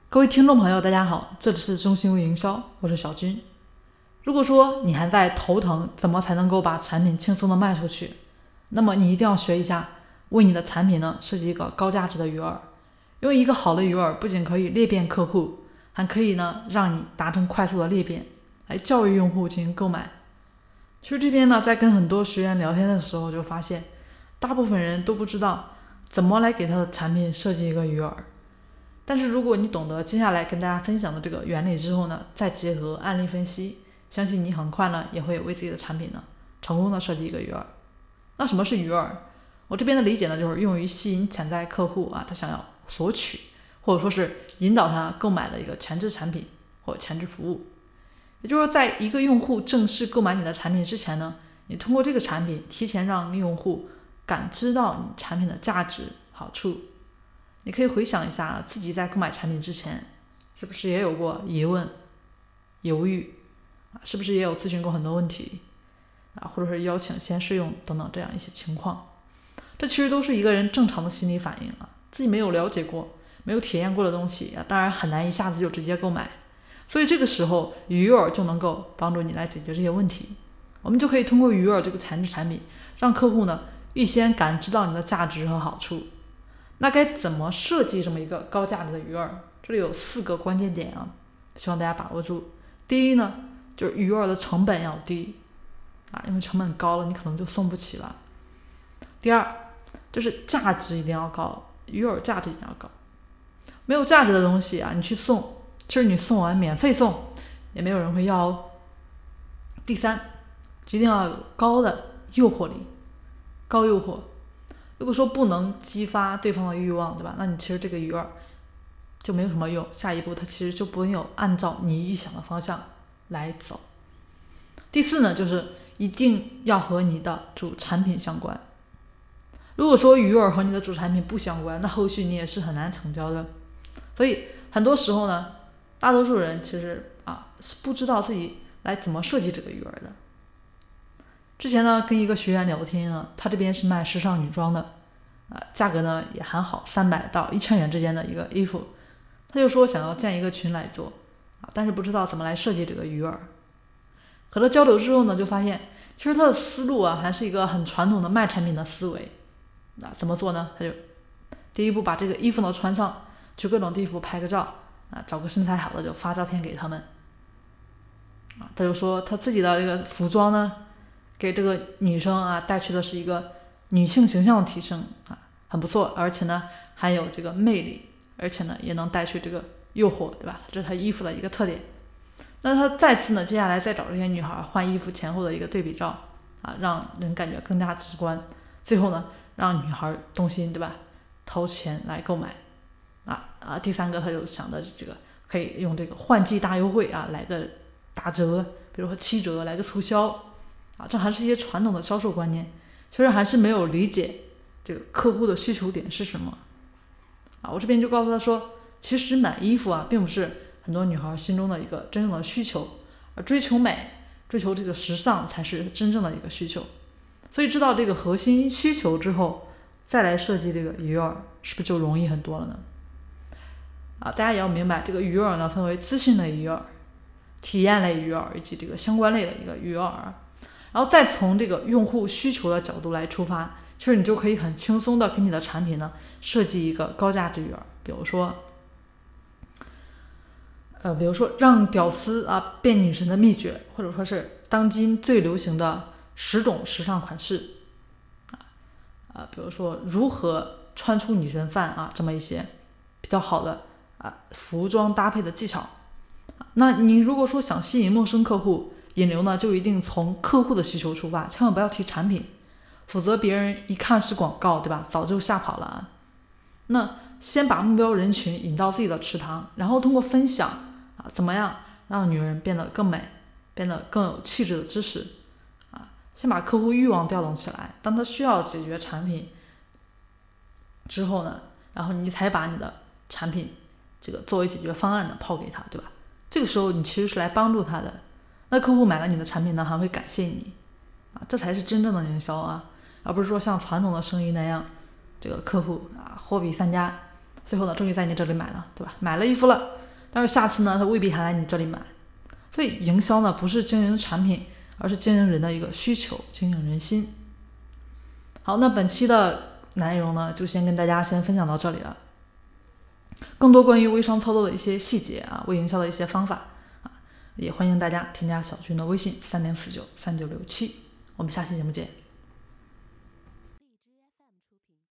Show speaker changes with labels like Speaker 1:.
Speaker 1: 各位听众朋友大家好，这里是中心微营销，我是小军。如果说你还在头疼怎么才能够把产品轻松的卖出去，那么你一定要学一下为你的产品呢设计一个高价值的鱼饵。因为一个好的鱼饵不仅可以裂变客户，还可以呢让你达成快速的裂变，来教育用户进行购买。其实这边呢在跟很多学员聊天的时候就发现，大部分人都不知道怎么来给他的产品设计一个鱼饵。但是如果你懂得接下来跟大家分享的这个原理之后呢，再结合案例分析，相信你很快呢也会为自己的产品呢成功的设计一个鱼饵。那什么是鱼饵？我这边的理解呢，就是用于吸引潜在客户他想要索取或者说是引导他购买的一个前置产品或前置服务。也就是说，在一个用户正式购买你的产品之前呢，你通过这个产品提前让用户感知到你产品的价值好处。你可以回想一下自己在购买产品之前，是不是也有过疑问、犹豫，是不是也有咨询过很多问题，或者是邀请先试用等等这样一些情况。这其实都是一个人正常的心理反应自己没有了解过、没有体验过的东西当然很难一下子就直接购买。所以这个时候鱼饵就能够帮助你来解决这些问题。我们就可以通过鱼饵这个前置产品，让客户呢预先感知到你的价值和好处。那该怎么设计这么一个高价值的鱼饵？这里有4个关键点希望大家把握住。第一呢，就是鱼饵的成本要低因为成本高了，你可能就送不起了。第二，就是价值一定要高，鱼饵价值一定要高。没有价值的东西你去送，其实你送完免费送，也没有人会要第三，一定要有高的诱惑力，高诱惑。如果说不能激发对方的欲望，对吧？那你其实这个鱼饵就没有什么用，下一步它其实就不会有按照你预想的方向来走。第4呢，就是一定要和你的主产品相关。如果说鱼饵和你的主产品不相关，那后续你也是很难成交的。所以很多时候呢，大多数人其实是不知道自己来怎么设计这个鱼饵的。之前呢跟一个学员聊天他这边是卖时尚女装的价格呢也还好，300到1000元之间的一个衣服。他就说想要建一个群来做但是不知道怎么来设计这个鱼饵。和他交流之后呢，就发现其实他的思路还是一个很传统的卖产品的思维。怎么做呢？他就第一步把这个衣服呢穿上，去各种地方拍个照找个身材好的就发照片给他们他就说他自己的这个服装呢给这个女生带去的是一个女性形象的提升很不错，而且呢还有这个魅力，而且呢也能带去这个诱惑，对吧？这是他衣服的一个特点。那他再次呢接下来再找这些女孩换衣服前后的一个对比照让人感觉更加直观，最后呢让女孩动心，对吧？掏钱来购买第3个他就想的这个可以用这个换季大优惠来个打折，比如说7折来个促销这还是一些传统的销售观念，其实还是没有理解这个客户的需求点是什么我这边就告诉他说，其实买衣服并不是很多女孩心中的一个真正的需求，而追求美、追求这个时尚才是真正的一个需求。所以知道这个核心需求之后，再来设计这个鱼饵，是不是就容易很多了呢？大家也要明白，这个鱼饵呢分为资讯类鱼饵、体验类鱼饵以及这个相关类的一个鱼饵然后再从这个用户需求的角度来出发，其实你就可以很轻松的给你的产品呢设计一个高价值鱼饵。比如说让屌丝变女神的秘诀，或者说是当今最流行的10种时尚款式比如说如何穿出女神范这么一些比较好的服装搭配的技巧。那你如果说想吸引陌生客户，引流呢就一定从客户的需求出发，千万不要提产品，否则别人一看是广告，对吧？早就吓跑了那先把目标人群引到自己的池塘，然后通过分享怎么样让女人变得更美，变得更有气质的知识先把客户欲望调动起来，当他需要解决产品之后呢，然后你才把你的产品这个作为解决方案的抛给他，对吧？这个时候你其实是来帮助他的，那客户买了你的产品呢还会感谢你这才是真正的营销而不是说像传统的生意那样，这个客户货比三家， 最后呢终于在你这里买了，对吧？买了衣服了，但是下次呢他未必还来你这里买。所以营销呢不是经营产品，而是经营人的一个需求，经营人心。好，那本期的内容呢就先跟大家分享到这里了。更多关于微商操作的一些细节啊，微营销的一些方法啊，也欢迎大家添加小军的微信30493967，我们下期节目见。